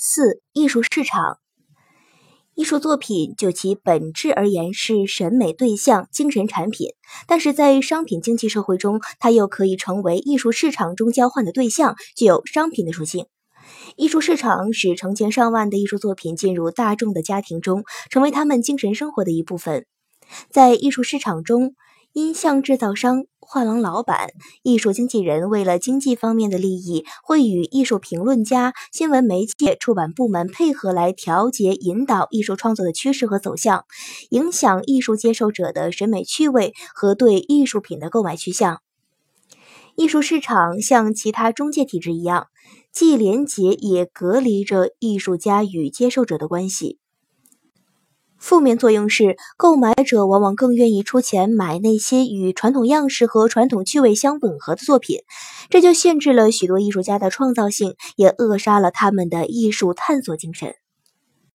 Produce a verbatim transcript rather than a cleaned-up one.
四、艺术市场。艺术作品就其本质而言是审美对象、精神产品，但是在商品经济社会中，它又可以成为艺术市场中交换的对象，具有商品的属性。艺术市场使成千上万的艺术作品进入大众的家庭中，成为他们精神生活的一部分。在艺术市场中，音像制造商、画廊老板、艺术经纪人为了经济方面的利益，会与艺术评论家、新闻媒介、出版部门配合来调节、引导艺术创作的趋势和走向，影响艺术接受者的审美趣味和对艺术品的购买趋向。艺术市场像其他中介体制一样，既连结也隔离着艺术家与接受者的关系。负面作用是，购买者往往更愿意出钱买那些与传统样式和传统趣味相吻合的作品，这就限制了许多艺术家的创造性，也扼杀了他们的艺术探索精神。